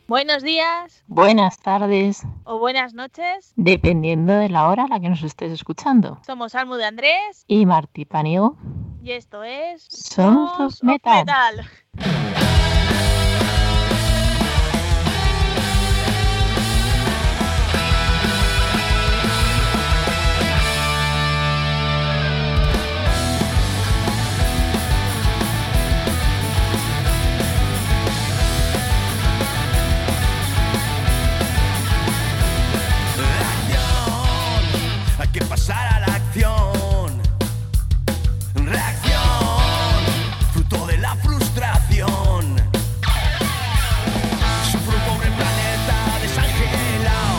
Buenos días Buenas tardes, o buenas noches. dependiendo de la hora a la que nos estés escuchando. Somos Almu de Andrés Y Martí Paniego, y esto es Sons of Metal. Hay que pasar a la acción. Reacción, fruto de la frustración. Sufre un pobre planeta desangelado.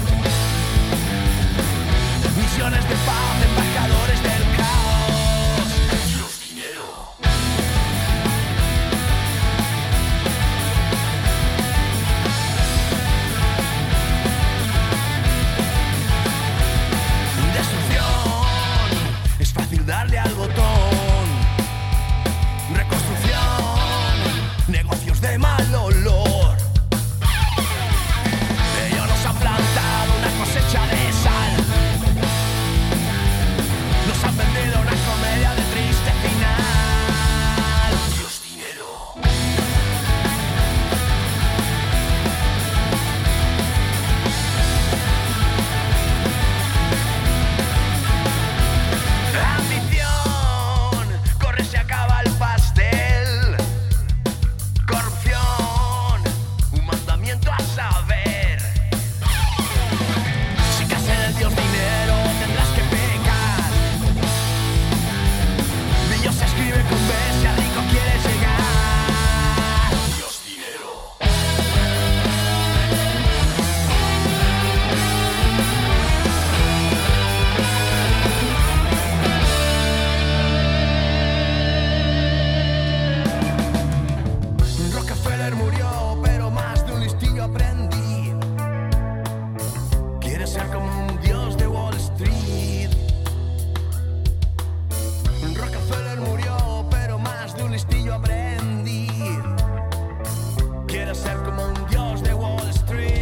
Misiones de paz, embajadores del caos. Dios, dinero. Destrucción, es fácil darle al botón. Reconstrucción, negocios de mal olor. Ellos nos han plantado una cosecha de sal. Nos han vendido una comedia de triste final. Dios, dinero. Ambición, corre, se acaba el pastel. Corrupción, un mandamiento a saber. Si caes en el Dios dinero, tendrás que pecar. Dios se escribe con B, si a rico quieres llegar. Dios, dinero. Rockefeller murió, pero más de un listillo aprendí. Quiere ser como un dios de Wall Street. Rockefeller murió, pero más de un listillo aprendí. Quiere ser como un dios de Wall Street.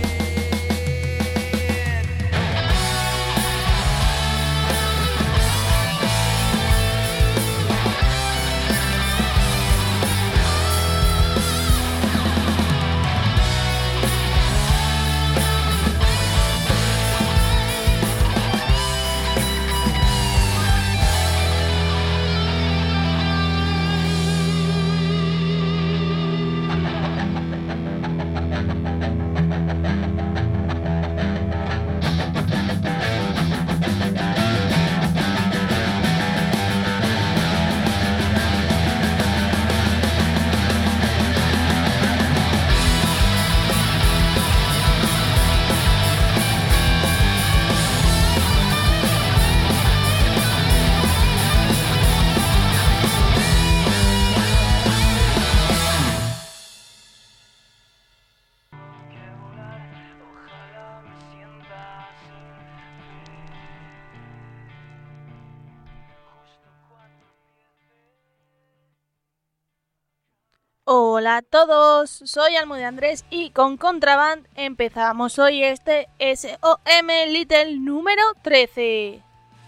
Hola a todos, soy Almu de Andrés y con Contraband empezamos hoy este SOM Little número 13.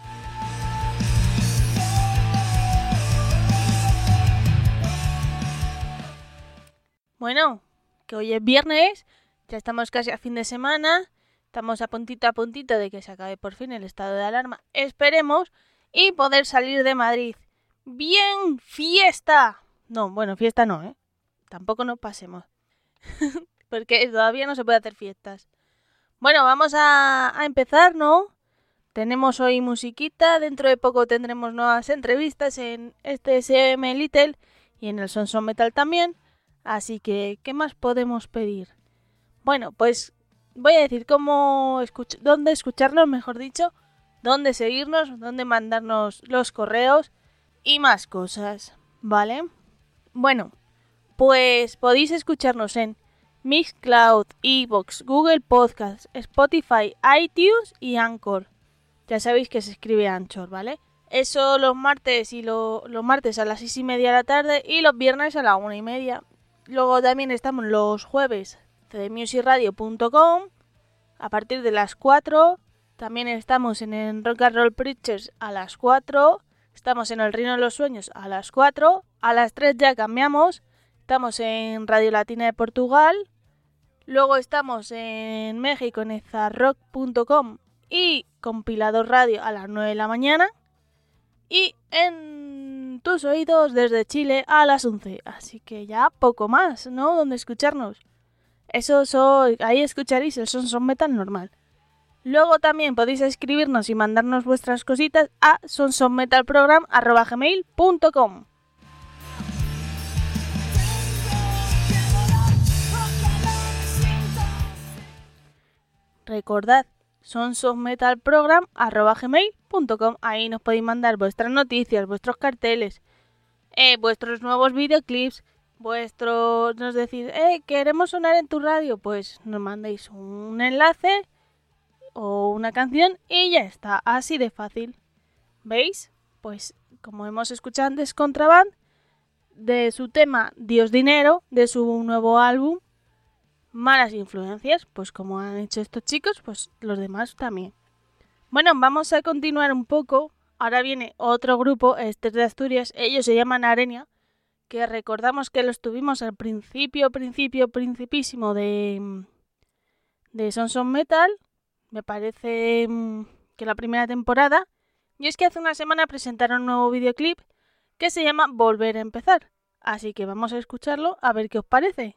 Bueno, que hoy es viernes, ya estamos casi a fin de semana, estamos a puntito de que se acabe por fin el estado de alarma, esperemos, y poder salir de Madrid. ¡Bien, fiesta! No, bueno, fiesta no, ¿eh? Tampoco nos pasemos. Porque todavía no se puede hacer fiestas. Bueno, vamos a empezar, ¿no? Tenemos hoy musiquita. Dentro de poco tendremos nuevas entrevistas en este SM Little y en el Sons of Metal también. Así que, ¿qué más podemos pedir? Bueno, pues voy a decir dónde escucharnos, mejor dicho, dónde seguirnos, dónde mandarnos los correos y más cosas, ¿vale? Bueno, pues podéis escucharnos en Mixcloud, iVoox, Google Podcasts, Spotify, iTunes y Anchor. Ya sabéis que se escribe Anchor, ¿vale? Eso los martes los martes a las 6:30 de la tarde y los viernes a la 1:30. Luego también estamos los jueves cdmusicradio.com a partir de las 4. También estamos en Rock and Roll Preachers a las 4. Estamos en El Reino de los Sueños a las 4. A las 3 ya cambiamos. Estamos en Radio Latina de Portugal. Luego estamos en México en ezarrock.com y Compilador Radio a las 9 de la mañana. Y en tus oídos desde Chile a las 11. Así que ya poco más, ¿no? Donde escucharnos. Ahí escucharéis el Son Metal normal. Luego también podéis escribirnos y mandarnos vuestras cositas a sonsonmetalprogram@gmail.com. Recordad, sonsonmetalprogram@gmail.com. Ahí nos podéis mandar vuestras noticias, vuestros carteles, vuestros nuevos videoclips, nos decís, queremos sonar en tu radio, pues nos mandéis un enlace o una canción y ya está, así de fácil. ¿Veis? Pues como hemos escuchado antes, Contraband, de su tema Dios Dinero, de su nuevo álbum Malas Influencias, pues como han hecho estos chicos, pues los demás también. Bueno, vamos a continuar un poco. Ahora viene otro grupo, este es de Asturias, ellos se llaman Arenia, que recordamos que los tuvimos al principísimo de Son Metal, me parece que la primera temporada, y es que hace una semana presentaron un nuevo videoclip que se llama Volver a Empezar, así que vamos a escucharlo a ver qué os parece.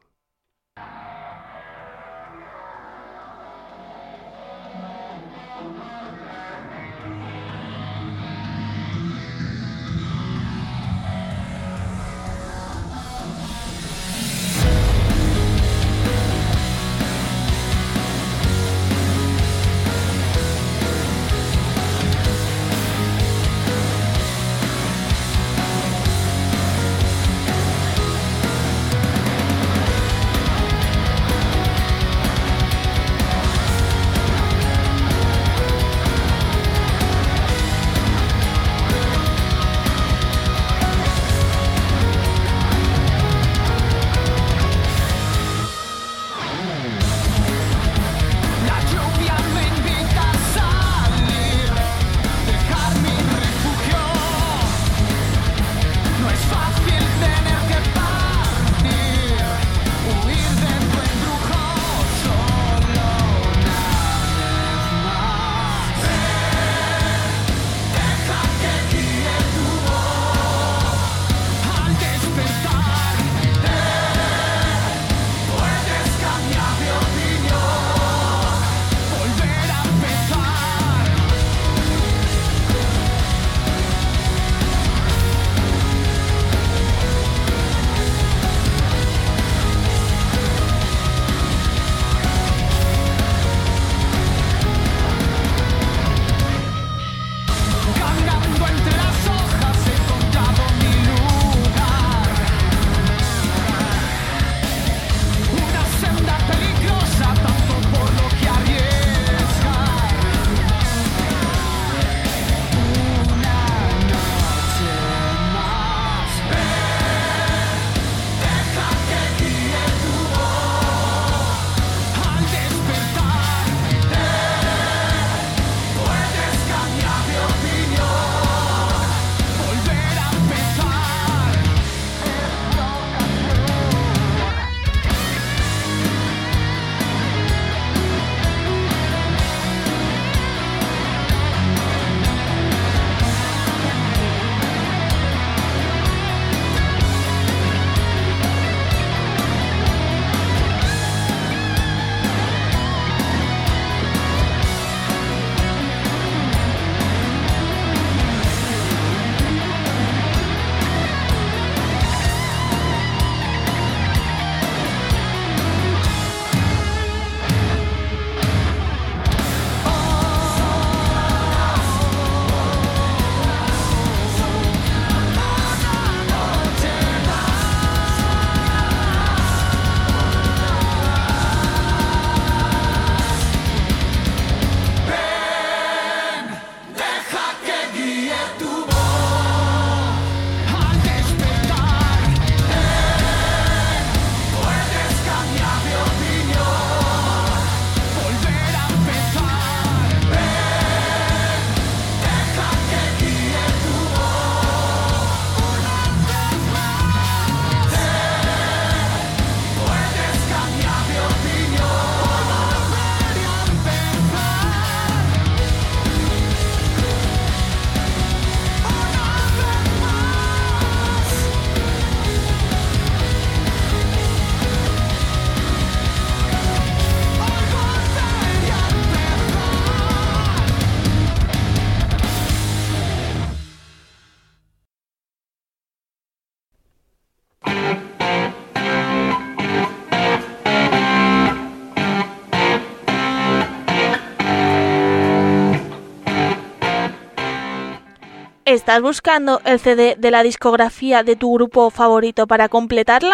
¿Estás buscando el CD de la discografía de tu grupo favorito para completarla?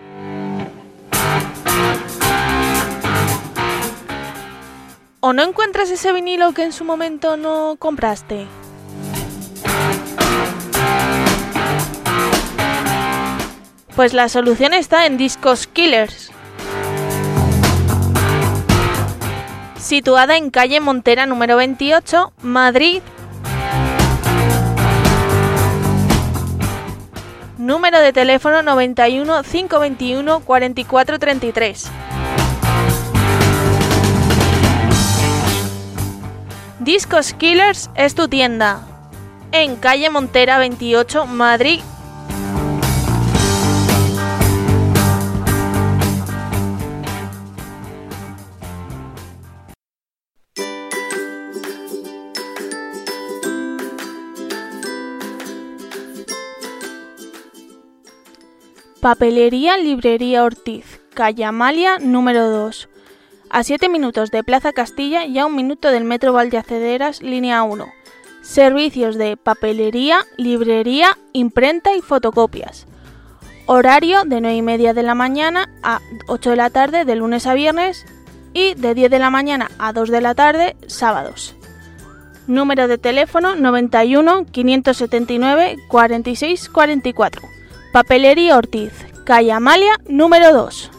¿O no encuentras ese vinilo que en su momento no compraste? Pues la solución está en Discos Killers. Situada en calle Montera número 28, Madrid. Número de teléfono 91 521 44 33. Discos Killers es tu tienda. En calle Montera 28, Madrid. Papelería Librería Ortiz, calle Amalia, número 2. A 7 minutos de Plaza Castilla y a 1 minuto del Metro Valdeacederas, línea 1. Servicios de papelería, librería, imprenta y fotocopias. Horario de 9:30 de la mañana a 8 de la tarde de lunes a viernes y de 10 de la mañana a 2 de la tarde sábados. Número de teléfono 91 579 46 44. Papelería Ortiz, calle Amalia, número 2.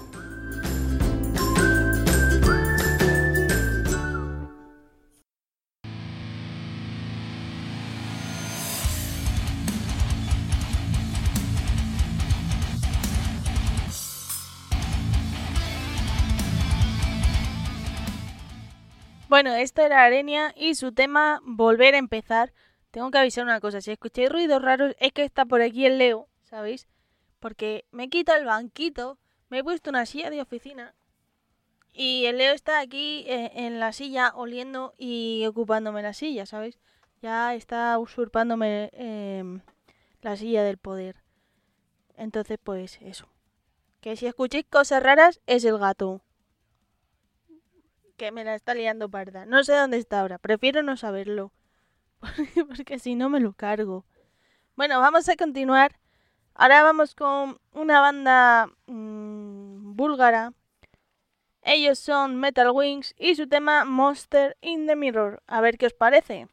Bueno, esto era Arenia y su tema Volver a empezar. Tengo que avisar una cosa, si escucháis ruidos raros es que está por aquí el Leo, ¿sabéis? Porque me he quitado el banquito, me he puesto una silla de oficina y el Leo está aquí en la silla oliendo y ocupándome la silla, ¿sabéis? Ya está usurpándome la silla del poder. Entonces, pues eso. Que si escucháis cosas raras es el gato. Que me la está liando parda. No sé dónde está ahora, prefiero no saberlo. Porque si no me lo cargo. Bueno, vamos a continuar. Ahora vamos con una banda búlgara. Ellos son Metal Wings y su tema Monster in the Mirror. A ver qué os parece.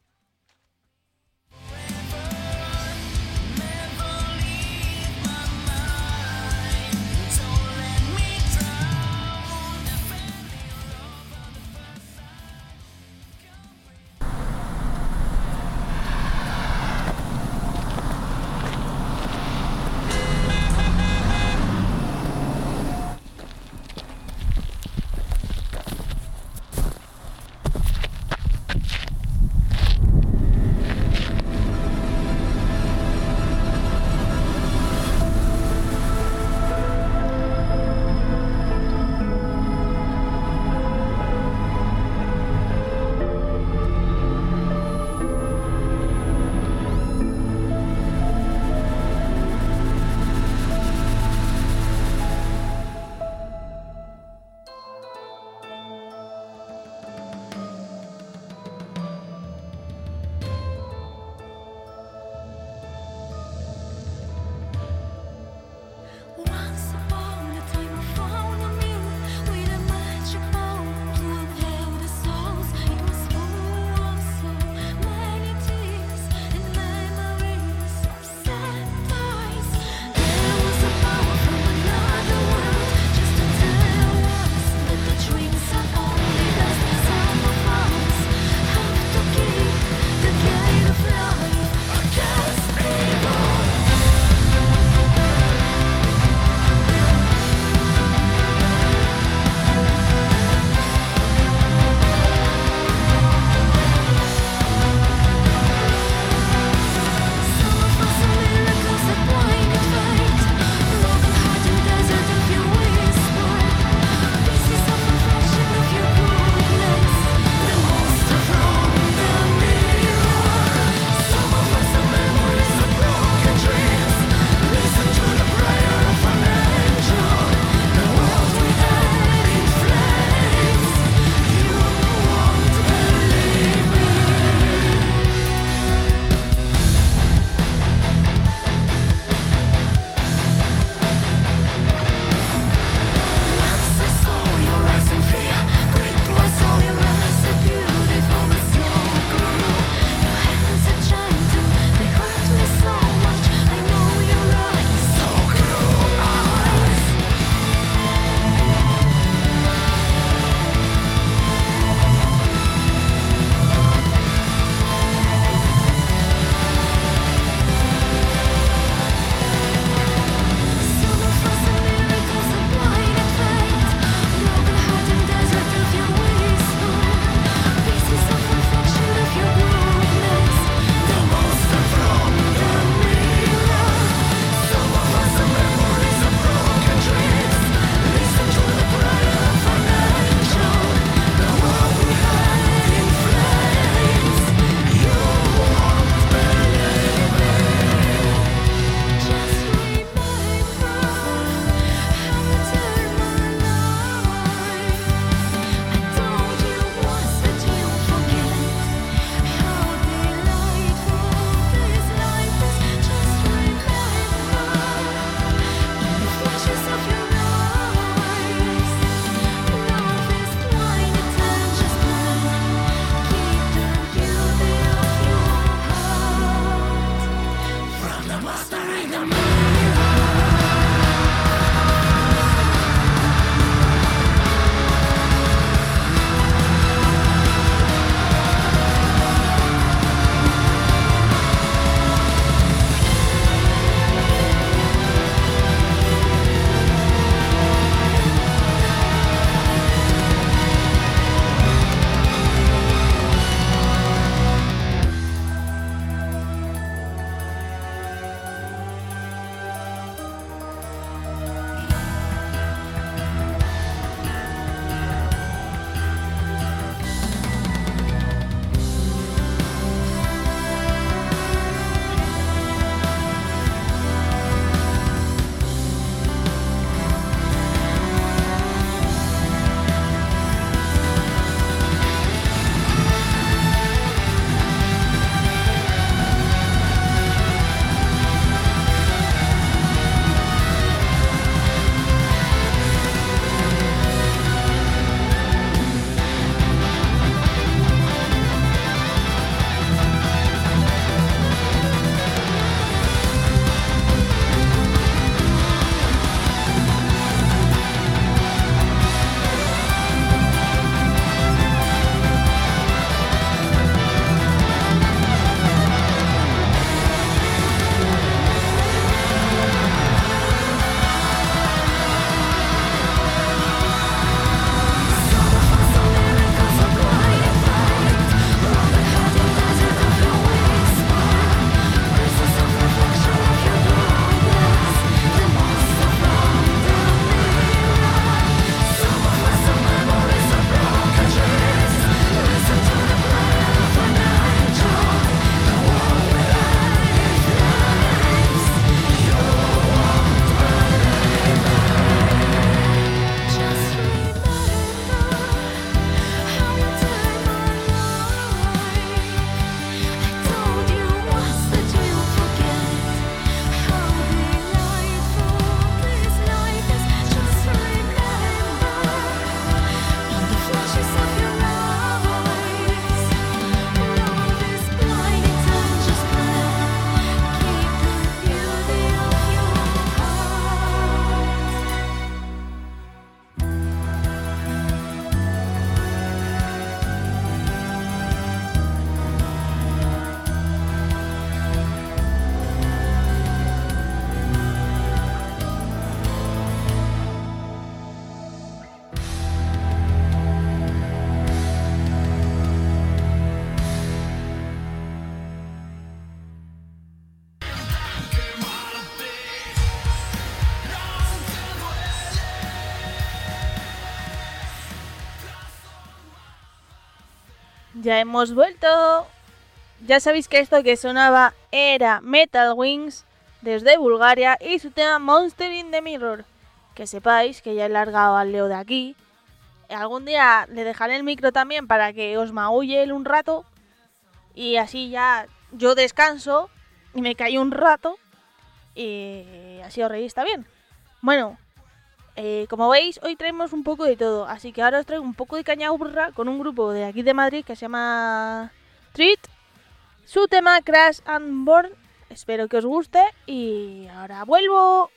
Ya hemos vuelto. Ya sabéis que esto que sonaba era Metal Wings desde Bulgaria y su tema Monster in the Mirror. Que sepáis que ya he largado al Leo de aquí. Algún día le dejaré el micro también para que os maulle él un rato. Y así ya yo descanso y me callo un rato. Y así os reís, ¿está bien? Bueno, como veis, hoy traemos un poco de todo. Así que ahora os traigo un poco de caña burra con un grupo de aquí de Madrid que se llama Treat. Su tema Crash and Burn. Espero que os guste y ahora vuelvo.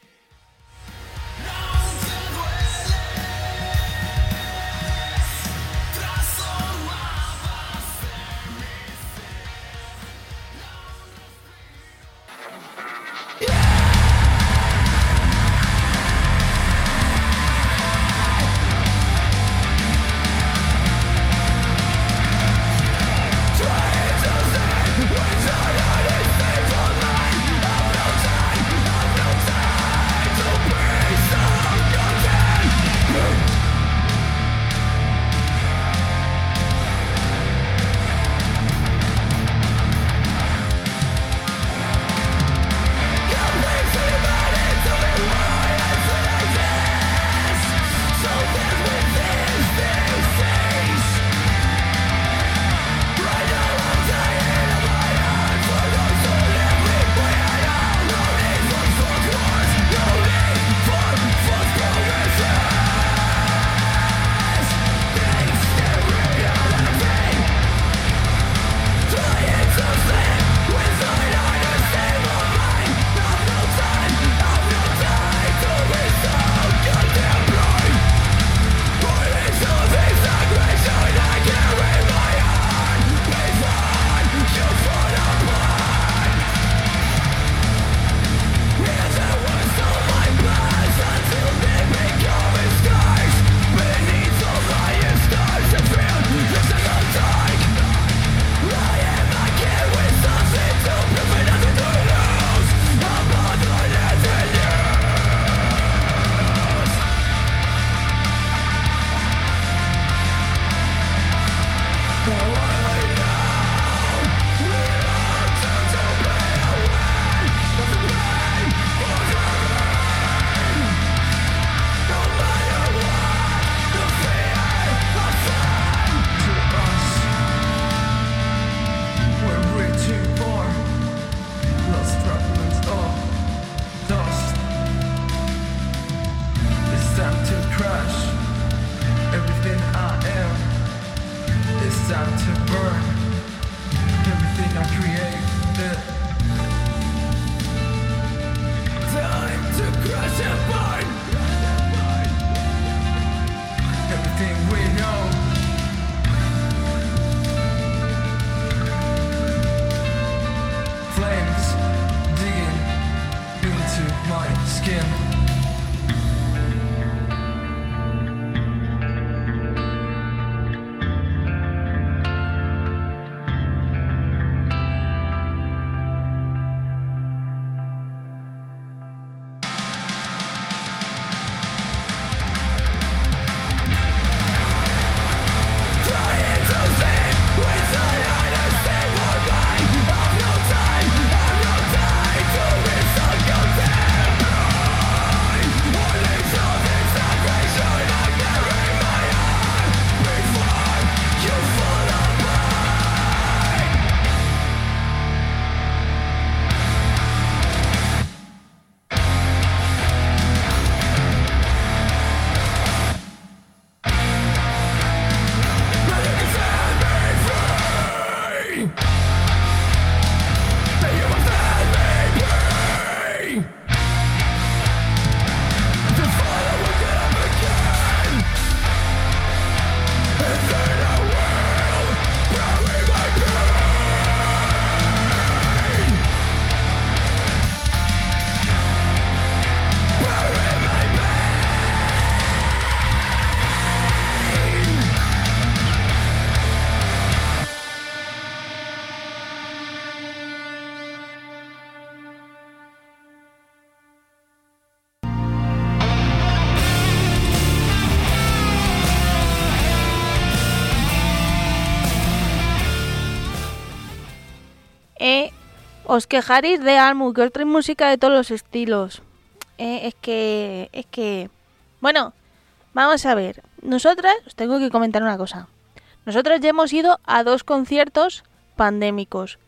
os quejaréis de Almu, que os trae música de todos los estilos. Es que... Bueno, vamos a ver. Nosotras, os tengo que comentar una cosa. Nosotras ya hemos ido a 2 conciertos pandémicos.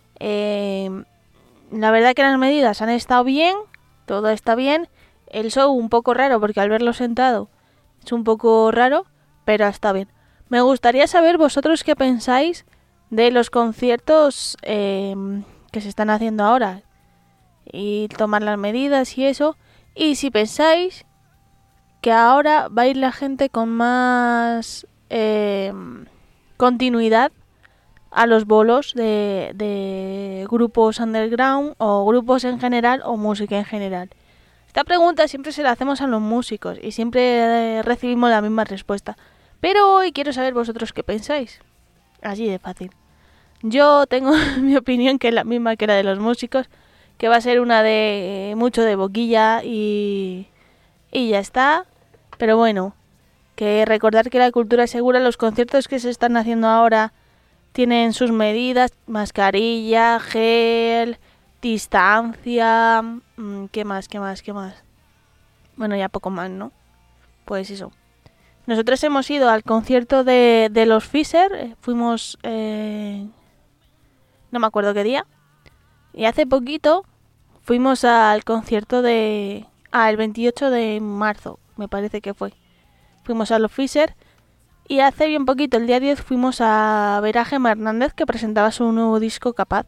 La verdad que las medidas han estado bien, todo está bien. El show un poco raro, porque al verlo sentado es un poco raro, pero está bien. Me gustaría saber vosotros qué pensáis de los conciertos que se están haciendo ahora. Y tomar las medidas y eso. Y si pensáis que ahora va a ir la gente con más continuidad a los bolos de grupos underground o grupos en general o música en general. Esta pregunta siempre se la hacemos a los músicos y siempre recibimos la misma respuesta. Pero hoy quiero saber vosotros qué pensáis. Así de fácil. Yo tengo mi opinión, que es la misma que la de los músicos, que va a ser una de mucho de boquilla y ya está. Pero bueno, que recordar que la cultura es segura. Los conciertos que se están haciendo ahora tienen sus medidas: mascarilla, gel, distancia, ¿qué más? Bueno, ya poco más, ¿no? Pues eso. Nosotros hemos ido al concierto de los Fisher, fuimos, no me acuerdo qué día, y hace poquito fuimos al concierto el 28 de marzo, me parece que fue. Fuimos a los Fisher y hace bien poquito, el día 10, fuimos a ver a Gemma Hernández, que presentaba su nuevo disco Capaz.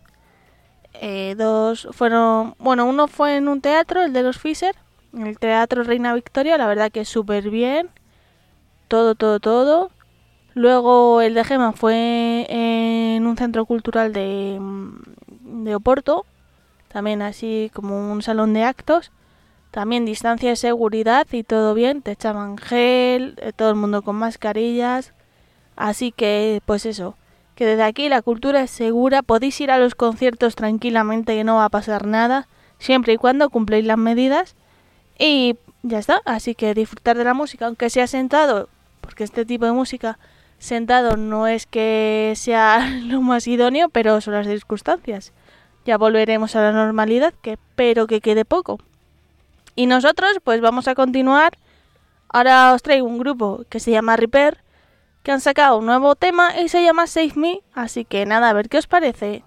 2 fueron, bueno, uno fue en un teatro, el de los Fisher, en el Teatro Reina Victoria, la verdad que súper bien. Todo. Luego el de Gemma fue en un centro cultural de Oporto, también así como un salón de actos, también distancia de seguridad y todo bien, te echaban gel, todo el mundo con mascarillas, así que pues eso, que desde aquí la cultura es segura, podéis ir a los conciertos tranquilamente, que no va a pasar nada, siempre y cuando cumpléis las medidas y ya está, así que disfrutar de la música, aunque sea sentado, porque este tipo de música sentado no es que sea lo más idóneo, pero son las circunstancias. Ya volveremos a la normalidad, que espero que quede poco. Y nosotros pues vamos a continuar. Ahora os traigo un grupo que se llama Repair, que han sacado un nuevo tema y se llama Save Me, así que nada, a ver qué os parece.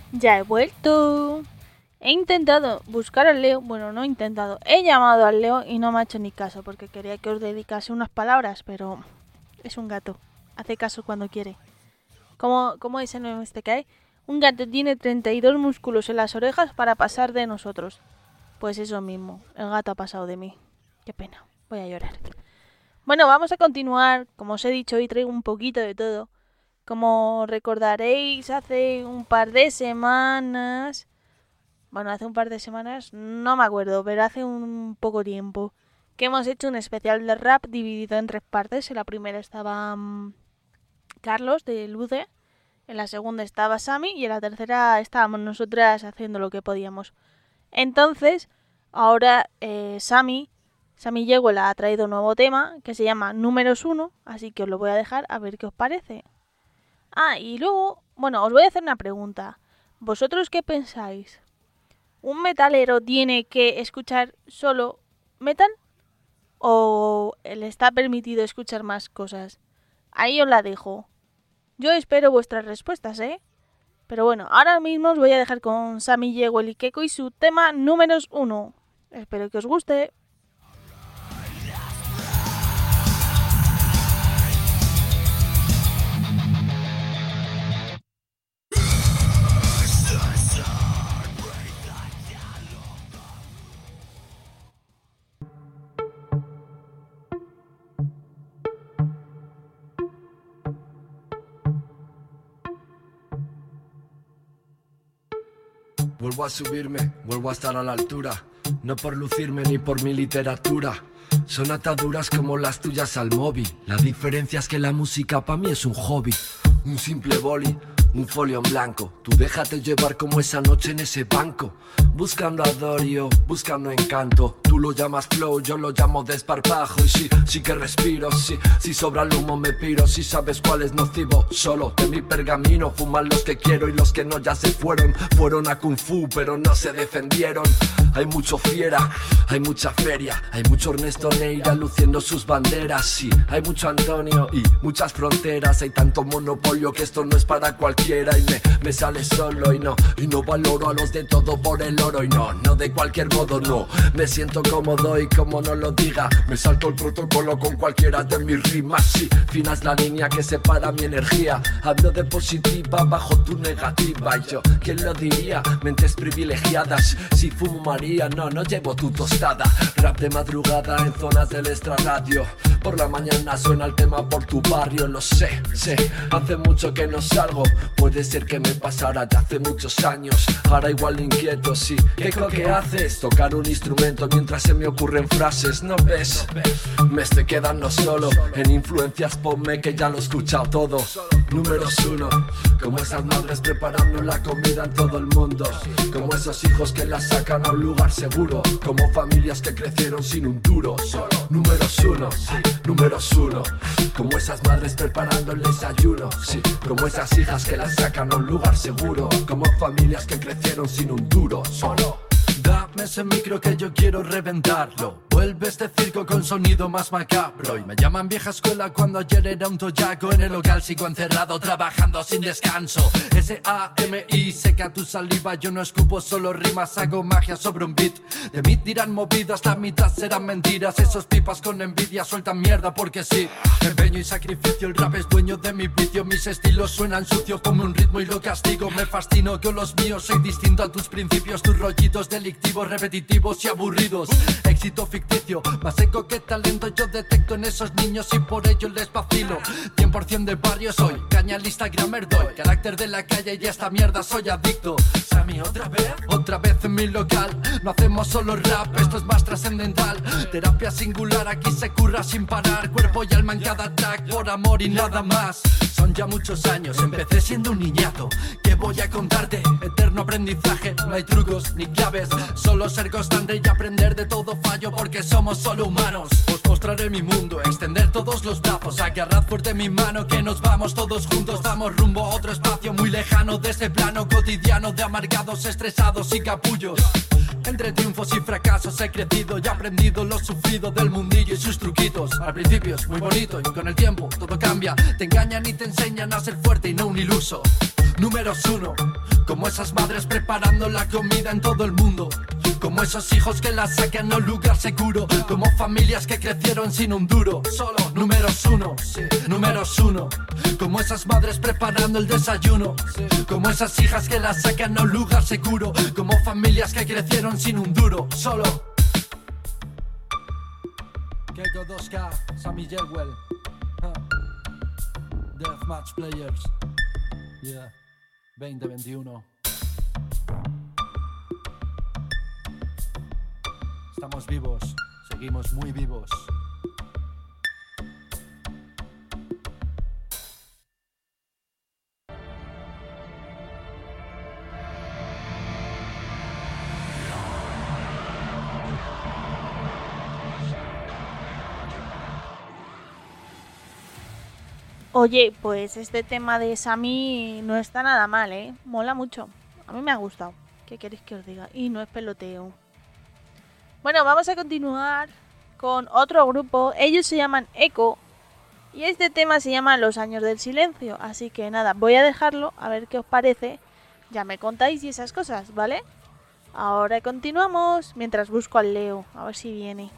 Ya he vuelto. He intentado buscar al Leo. Bueno, no he intentado. He llamado al Leo y no me ha hecho ni caso porque quería que os dedicase unas palabras, pero es un gato. Hace caso cuando quiere. ¿Cómo dice en este que hay? Un gato tiene 32 músculos en las orejas para pasar de nosotros. Pues eso mismo. El gato ha pasado de mí. Qué pena. Voy a llorar. Bueno, vamos a continuar. Como os he dicho, hoy traigo un poquito de todo. Como recordaréis, hace un par de semanas... Bueno, hace un par de semanas, no me acuerdo, pero hace un poco tiempo que hemos hecho un especial de rap dividido en 3 partes. En la primera estaba Carlos de Luce, en la segunda estaba Sammy y en la tercera estábamos nosotras haciendo lo que podíamos. Entonces, ahora Sammy Yeguel ha traído un nuevo tema que se llama Números 1, así que os lo voy a dejar a ver qué os parece. Ah, y luego, bueno, os voy a hacer una pregunta. ¿Vosotros qué pensáis? ¿Un metalero tiene que escuchar solo metal? ¿O le está permitido escuchar más cosas? Ahí os la dejo. Yo espero vuestras respuestas, ¿eh? Pero bueno, ahora mismo os voy a dejar con Sammy Yeguel y Keko y su tema Números 1. Espero que os guste. Vuelvo a subirme, vuelvo a estar a la altura. No por lucirme ni por mi literatura. Son ataduras como las tuyas al móvil. La diferencia es que la música para mí es un hobby. Un simple boli, un folio en blanco. Tú déjate llevar como esa noche en ese banco. Buscando adorio, buscando encanto. Tú lo llamas flow, yo lo llamo desparpajo. Y sí que respiro, sí sobra el humo me piro. Si sabes cuál es nocivo, solo de mi pergamino. Fuman los que quiero y los que no ya se fueron. Fueron a Kung Fu pero no se defendieron. Hay mucho fiera, hay mucha feria. Hay mucho Ernesto Neira luciendo sus banderas. Sí, hay mucho Antonio y muchas fronteras. Hay tanto monopolio que esto no es para cualquiera. Y me sale solo y no valoro a los de todo por el oro. Y no de cualquier modo, no. Me siento cómodo y como no lo diga, me salto el protocolo con cualquiera de mis rimas. Sí, fina es la línea que separa mi energía. Hablo de positiva bajo tu negativa. Y yo, ¿quién lo diría? Mentes privilegiadas. Si fumo María, no llevo tu tostada. Rap de madrugada en zonas del extrarradio. Por la mañana suena el tema por tu barrio. Lo sé, hace mucho que no salgo. Puede ser que me pasara ya hace muchos años. Ahora igual inquieto, sí. ¿Qué es lo que haces? Tocar un instrumento mientras se me ocurren frases. ¿No ves? Me estoy quedando solo. En influencias ponme que ya lo he escuchado todo. Números 1, como esas madres preparando la comida en todo el mundo. Como esos hijos que la sacan a un lugar seguro. Como familias que crecieron sin un duro. Números 1, números 1. Como esas madres preparando el desayuno. Sí, como esas hijas que la sacan a un lugar seguro. Como familias que crecieron sin un duro. Solo dame ese micro que yo quiero reventarlo. Vuelve este circo con sonido más macabro. Y me llaman vieja escuela cuando ayer era un toyaco. En el local sigo encerrado trabajando sin descanso. S-A-M-I seca tu saliva. Yo no escupo solo rimas, hago magia sobre un beat. De mí dirán movidas, la mitad serán mentiras. Esos pipas con envidia sueltan mierda porque sí. Empeño y sacrificio, el rap es dueño de mi vicio. Mis estilos suenan sucios como un ritmo y lo castigo. Me fascino con los míos, soy distinto a tus principios. Tus rollitos delictivos, repetitivos y aburridos. Éxito ficticio, más eco que talento yo detecto en esos niños y por ello les vacilo. 100% de barrio soy, caña al Instagramer doy. Carácter de la calle y a esta mierda soy adicto. Sammy, otra vez en mi local. No hacemos solo rap, esto es más trascendental. Terapia singular, aquí se curra sin parar. Cuerpo y alma en cada track, por amor y nada más. Son ya muchos años, empecé siendo un niñato. ¿Qué voy a contarte? Eterno aprendizaje, no hay trucos ni claves. Solo ser constante y aprender de todo fallo porque somos solo humanos. Os mostraré mi mundo, extender todos los brazos. Agarrad fuerte mi mano que nos vamos todos juntos. Vamos rumbo a otro espacio muy lejano de este plano cotidiano de amargados, estresados y capullos. Entre triunfos y fracasos he crecido y aprendido lo sufrido del mundillo y sus truquitos. Al principio es muy bonito y con el tiempo todo cambia. Te engañan y te enseñan a ser fuerte y no un iluso. Números 1, como esas madres preparando la comida en todo el mundo, como esos hijos que la sacan a un lugar seguro, como familias que crecieron sin un duro, solo números uno, sí, números uno, como esas madres preparando el desayuno, como esas hijas que la sacan a un lugar seguro, como familias que crecieron sin un duro, solo. Keiko 2K, Sammy Jewell, Deathmatch Players, yeah, 2021. Estamos vivos, seguimos muy vivos. Oye, pues este tema de Sammy no está nada mal, ¿eh? Mola mucho. A mí me ha gustado. ¿Qué queréis que os diga? Y no es peloteo. Bueno, vamos a continuar con otro grupo. Ellos se llaman Echo. Y este tema se llama Los años del silencio. Así que nada, voy a dejarlo a ver qué os parece. Ya me contáis y esas cosas, ¿vale? Ahora continuamos mientras busco al Leo. A ver si viene.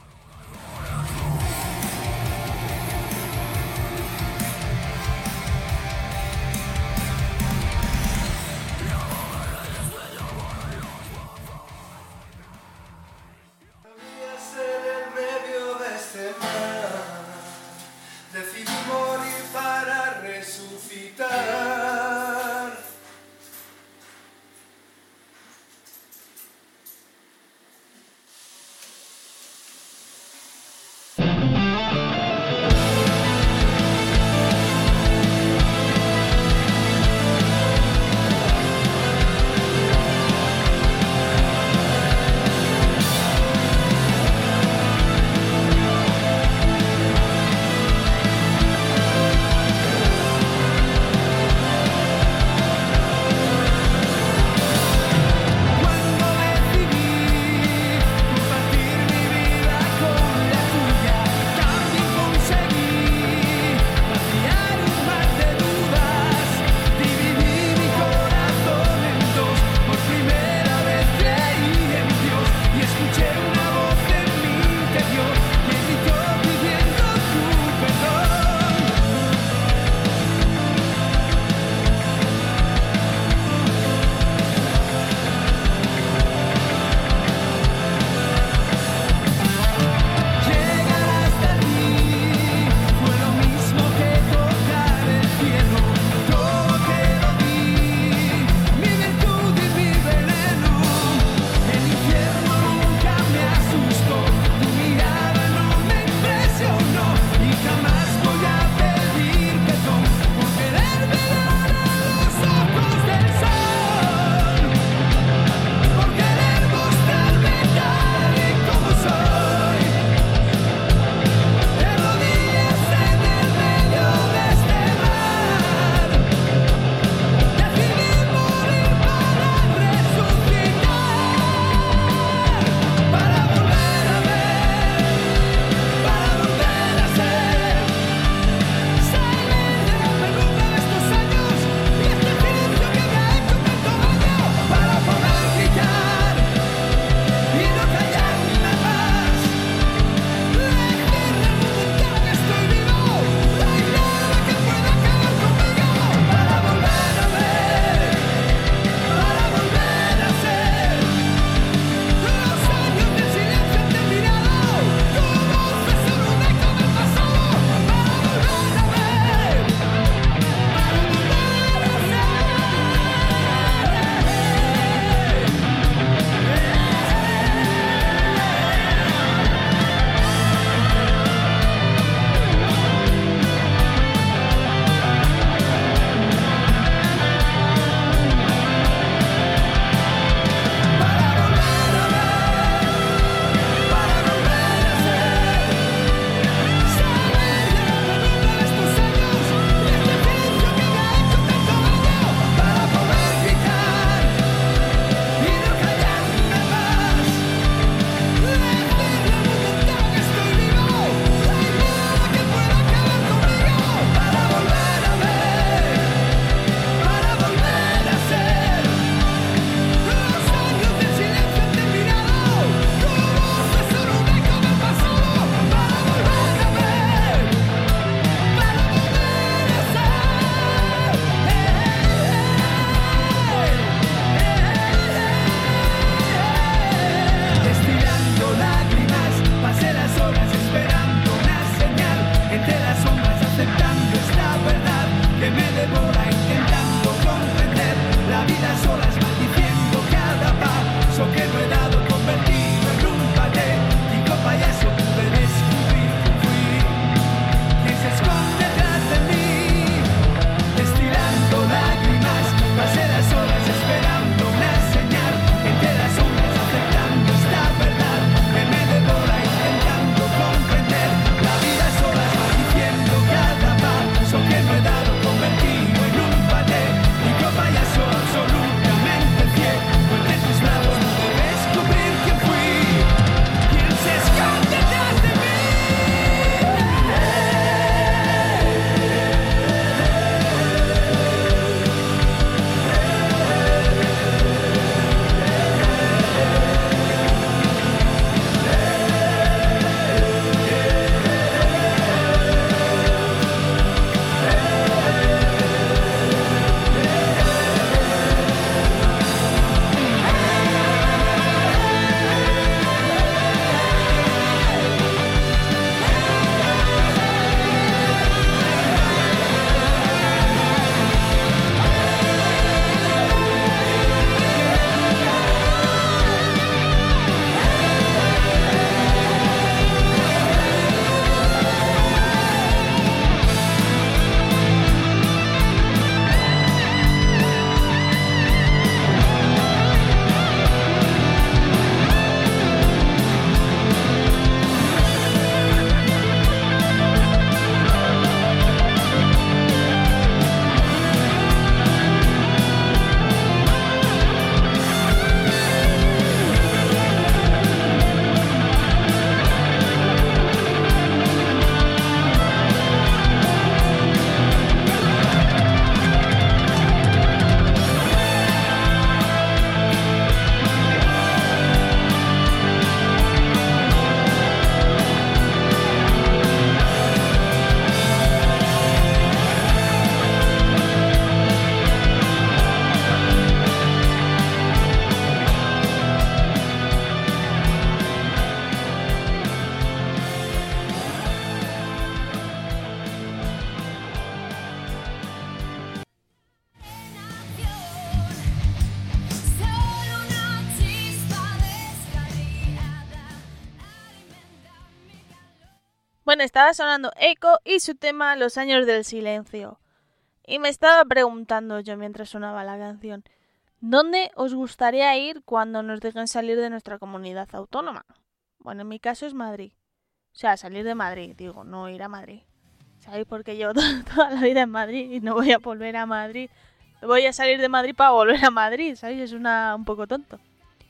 Bueno, estaba sonando Echo y su tema Los años del silencio. Y me estaba preguntando yo mientras sonaba la canción, ¿dónde os gustaría ir cuando nos dejen salir de nuestra comunidad autónoma? Bueno, en mi caso es Madrid. O sea, salir de Madrid, digo, no ir a Madrid. ¿Sabéis? Porque llevo toda la vida en Madrid y no voy a volver a Madrid. Voy a salir de Madrid para volver a Madrid, ¿sabéis? Es un poco tonto.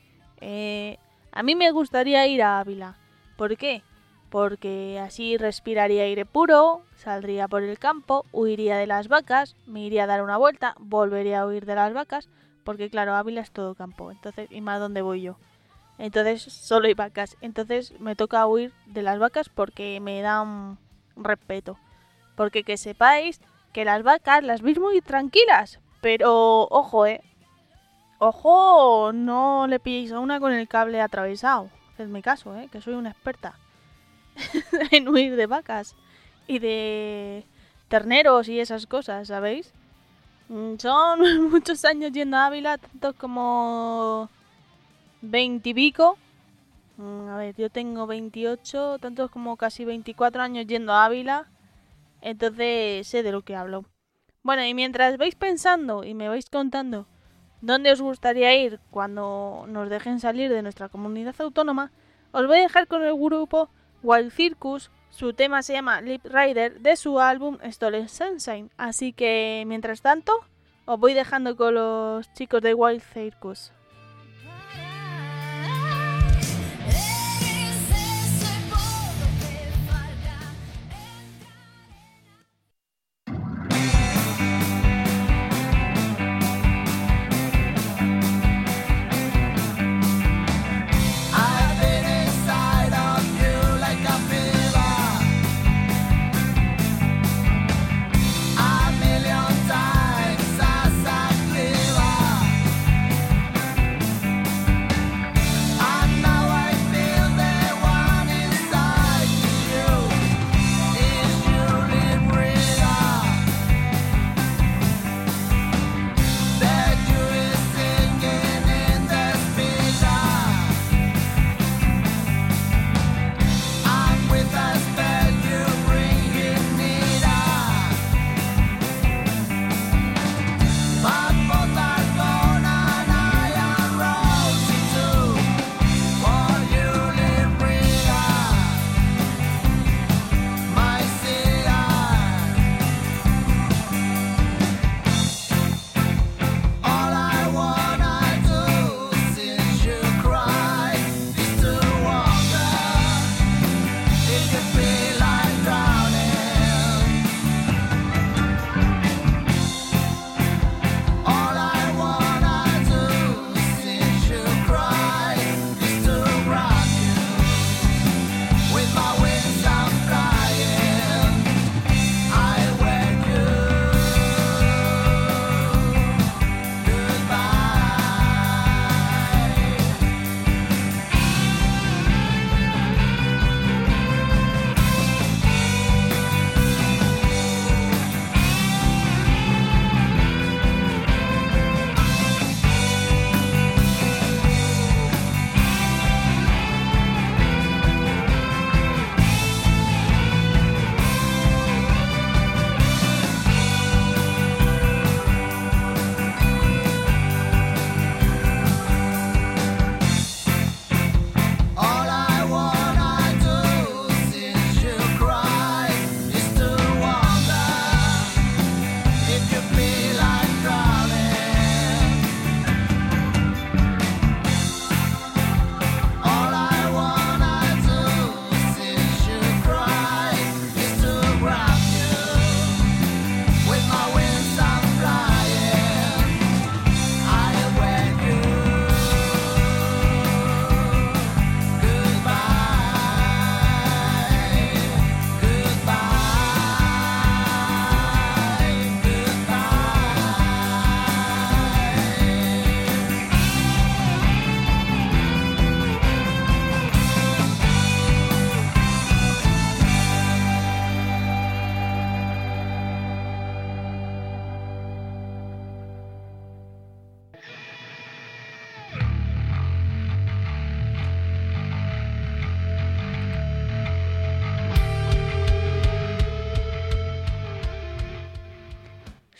A mí me gustaría ir a Ávila. ¿Por qué? Porque así respiraría aire puro, saldría por el campo, huiría de las vacas, me iría a dar una vuelta, volvería a huir de las vacas, porque claro, Ávila es todo campo, entonces, y más donde voy yo. Entonces solo hay vacas, entonces me toca huir de las vacas porque me dan respeto. Porque que sepáis que las vacas las veis muy tranquilas, pero ojo, ojo, no le pilléis a una con el cable atravesado, hacedme caso, que soy una experta en huir de vacas y de terneros y esas cosas, ¿sabéis? Son muchos años yendo a Ávila, tantos como 20 y pico. A ver, yo tengo 28, tantos como casi 24 años yendo a Ávila, entonces sé de lo que hablo. Bueno, y mientras vais pensando y me vais contando dónde os gustaría ir cuando nos dejen salir de nuestra comunidad autónoma, os voy a dejar con el grupo Wild Circus. Su tema se llama Lip Rider de su álbum Stolen Sunshine. Así que mientras tanto os voy dejando con los chicos de Wild Circus. A million times as I live.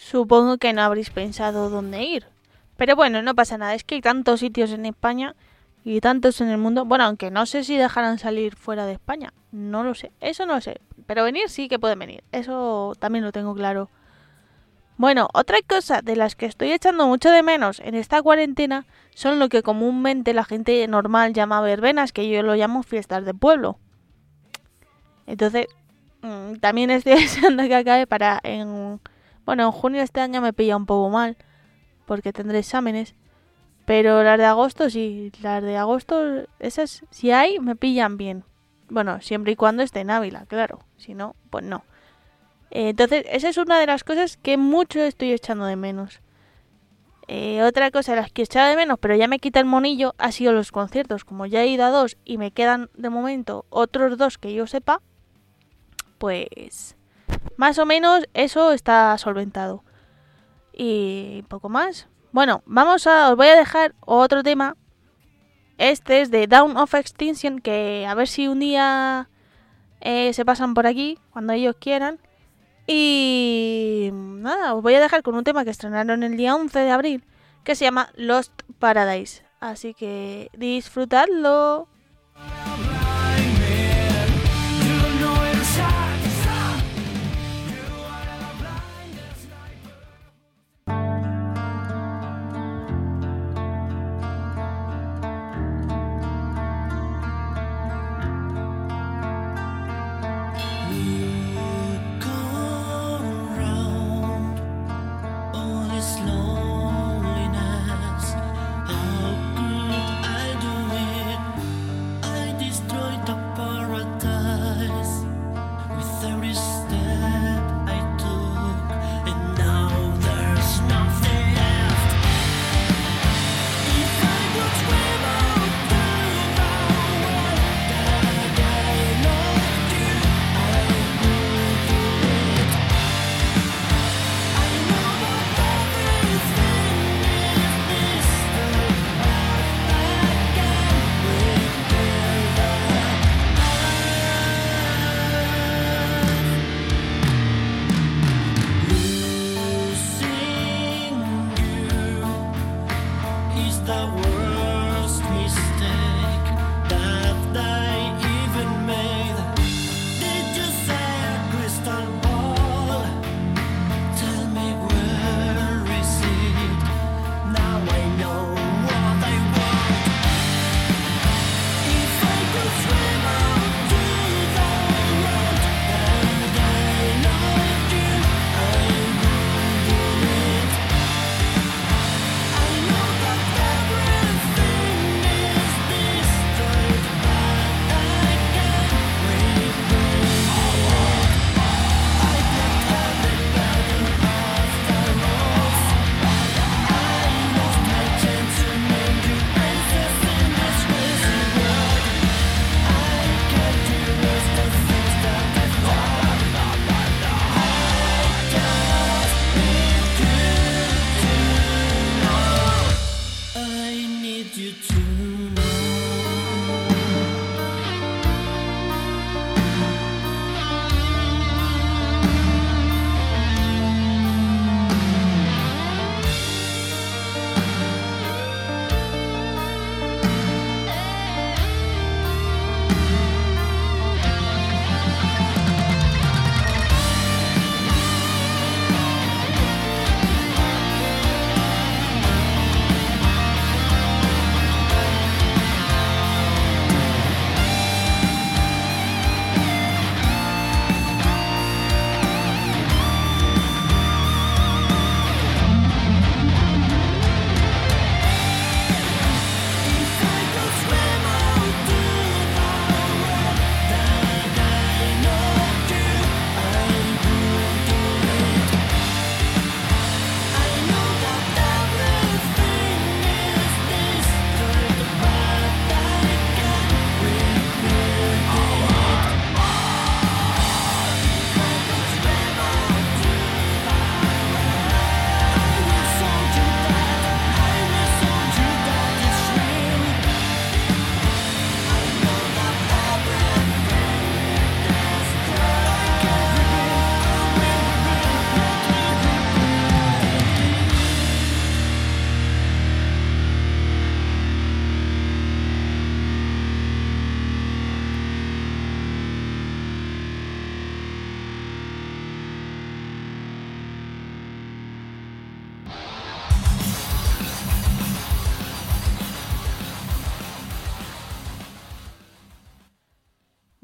supongo que no habréis pensado dónde ir. Pero bueno, no pasa nada, es que hay tantos sitios en España y tantos en el mundo. Bueno, aunque no sé si dejarán salir fuera de España, no lo sé, eso no lo sé. Pero venir sí que pueden venir, eso también lo tengo claro. Bueno, otra cosa de las que estoy echando mucho de menos en esta cuarentena son lo que comúnmente la gente normal llama verbenas, que yo lo llamo fiestas de pueblo. Entonces, también estoy deseando que acabe para en junio de este año me pilla un poco mal, porque tendré exámenes. Pero las de agosto sí, las de agosto, esas si hay, me pillan bien. Bueno, siempre y cuando esté en Ávila, claro. Si no, pues no. Entonces, esa es una de las cosas que mucho estoy echando de menos. Otra cosa de las que echaba de menos, pero ya me quita el monillo, ha sido los conciertos. Como ya he ido a 2 y me quedan de momento otros 2 que yo sepa, pues más o menos eso está solventado. Y poco más. Bueno, os voy a dejar otro tema. Este es de Dawn of Extinction, que a ver si un día se pasan por aquí, cuando ellos quieran. Y nada, os voy a dejar con un tema que estrenaron el día 11 de abril, que se llama Lost Paradise. Así que disfrutadlo.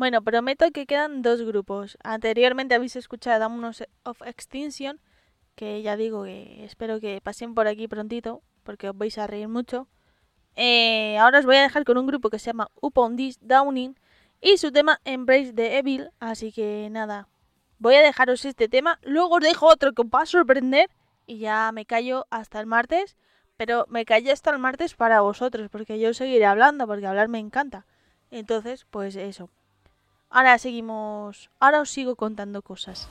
Bueno, prometo que quedan 2 grupos. Anteriormente habéis escuchado Damnus of Extinction, que ya digo que espero que pasen por aquí prontito, porque os vais a reír mucho. Ahora os voy a dejar con un grupo que se llama Upon This Dawning y su tema Embrace the Evil, así que nada, voy a dejaros este tema, luego os dejo otro que os va a sorprender y ya me callo hasta el martes, pero me callo hasta el martes para vosotros, porque yo seguiré hablando, porque hablar me encanta. Entonces, pues eso. Ahora os sigo contando cosas.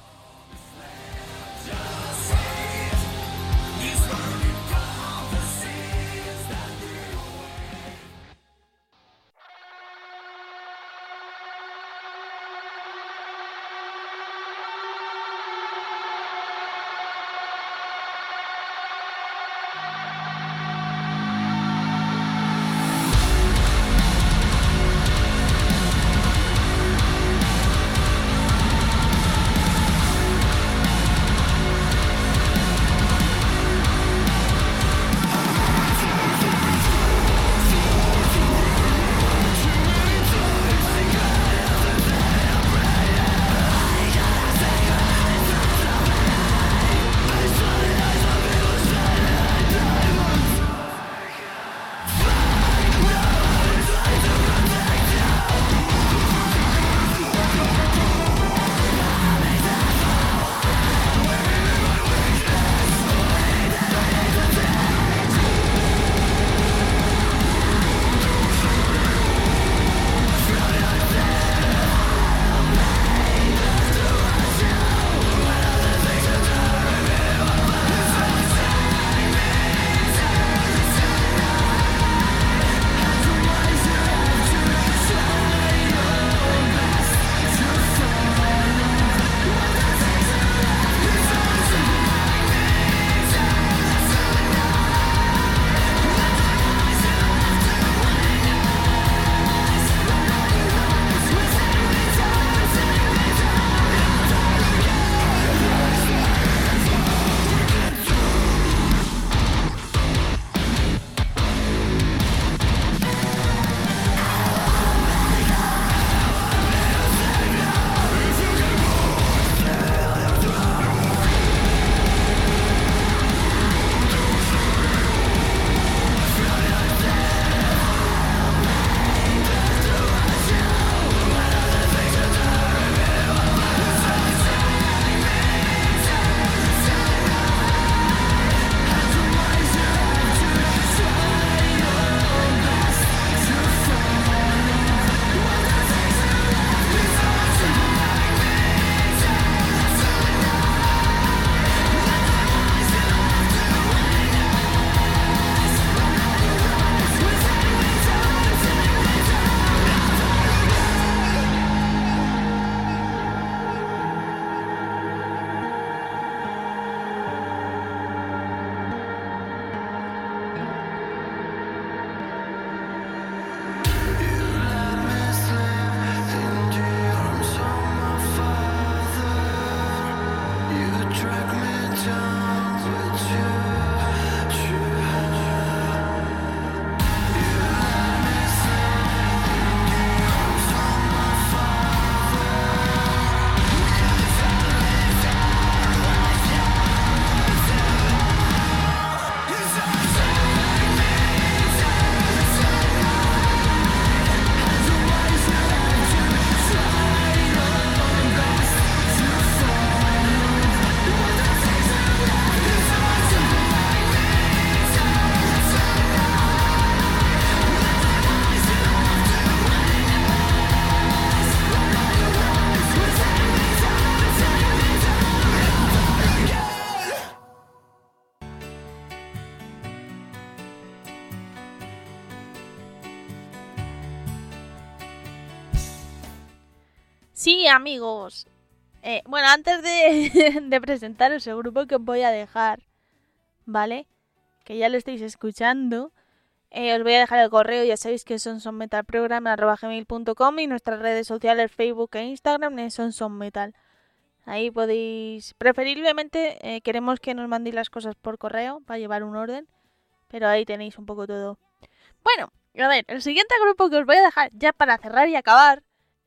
Sí, amigos. Bueno, antes de presentaros el grupo que os voy a dejar, ¿vale? Que ya lo estáis escuchando. Os voy a dejar el correo, ya sabéis que son sonmetalprogram@gmail.com y nuestras redes sociales Facebook e Instagram son metal. Ahí podéis, preferiblemente queremos que nos mandéis las cosas por correo para llevar un orden, pero ahí tenéis un poco todo. Bueno, a ver, el siguiente grupo que os voy a dejar ya para cerrar y acabar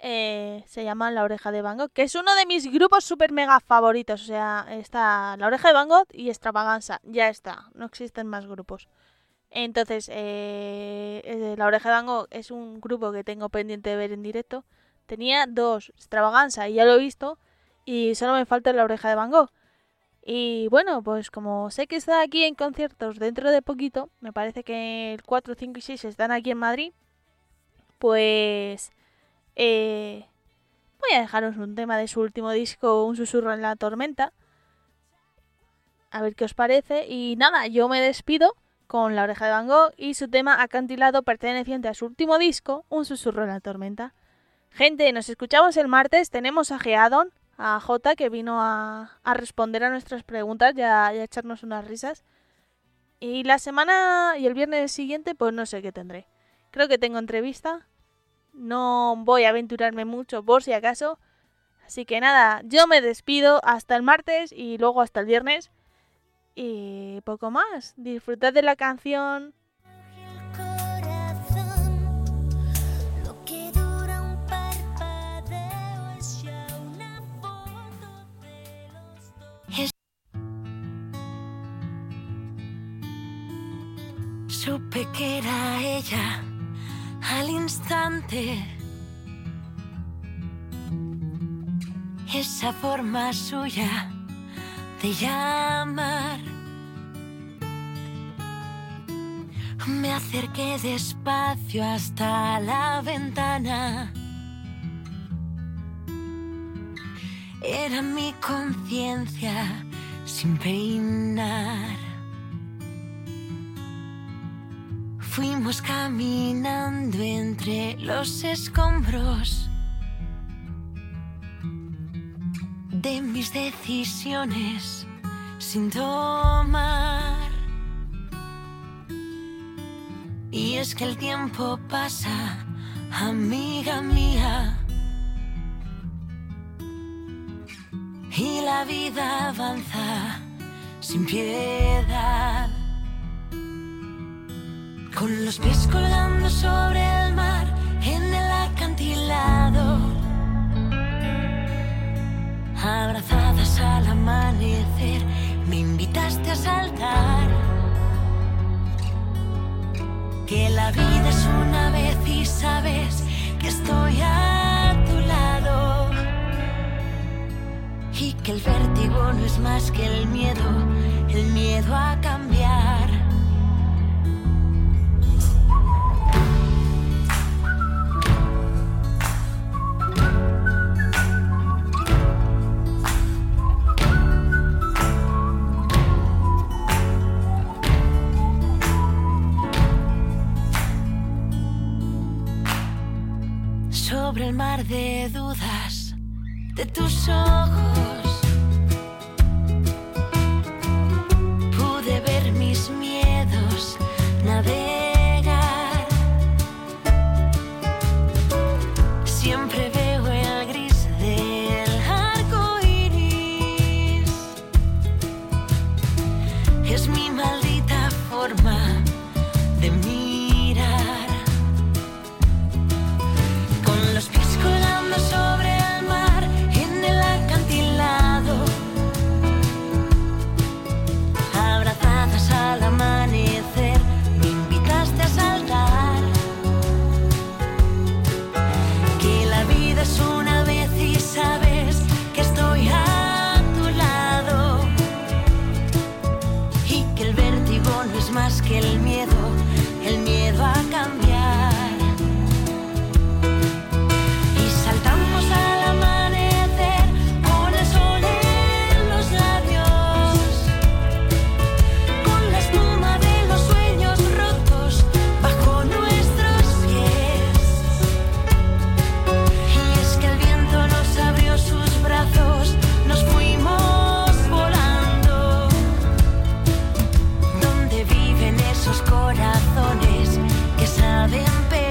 se llama La Oreja de Van Gogh, que es uno de mis grupos super mega favoritos. O sea, está La Oreja de Van Gogh y Extravaganza. Ya está, no existen más grupos. Entonces, La Oreja de Van Gogh es un grupo que tengo pendiente de ver en directo. Tenía 2, Extravaganza, y ya lo he visto. Y solo me falta La Oreja de Van Gogh. Y bueno, pues como sé que está aquí en conciertos dentro de poquito, me parece que el 4, 5 y 6 están aquí en Madrid, pues voy a dejaros un tema de su último disco, Un susurro en la tormenta, a ver qué os parece. Y nada, yo me despido con La Oreja de Van Gogh y su tema Acantilado, perteneciente a su último disco, Un susurro en la tormenta. Gente, nos escuchamos el martes. Tenemos a Geadon, a Jota, que vino a responder a nuestras preguntas y a echarnos unas risas. Y la semana y el viernes siguiente, pues no sé qué tendré. Creo que tengo entrevista. No voy a aventurarme mucho por si acaso. Así que nada, yo me despido hasta el martes y luego hasta el viernes. Y poco más. Disfrutad de la canción. Supe que era ella al instante. Esa forma suya de llamar. Me acerqué despacio hasta la ventana. Era mi conciencia sin peinar. Fuimos caminando entre los escombros de mis decisiones sin tomar. Y es que el tiempo pasa, amiga mía, y la vida avanza sin piedad. Con los pies colgando sobre el mar en el acantilado, abrazadas al amanecer, me invitaste a saltar. Que la vida es una vez y sabes que estoy a tu lado. Y que el vértigo no es más que el miedo a cambiar. Sobre el mar de dudas de tus ojos, pude ver mis miedos navegar. Siempre veo el gris del arco iris. Es mi maldita forma de mirar. Los pies colgando sobre el mar en el acantilado, abrazadas al amanecer, me invitaste a saltar. Que la vida es una vez y sabes que estoy a tu lado. Y que el vértigo no es más que el miedo a cambiar. Corazones que saben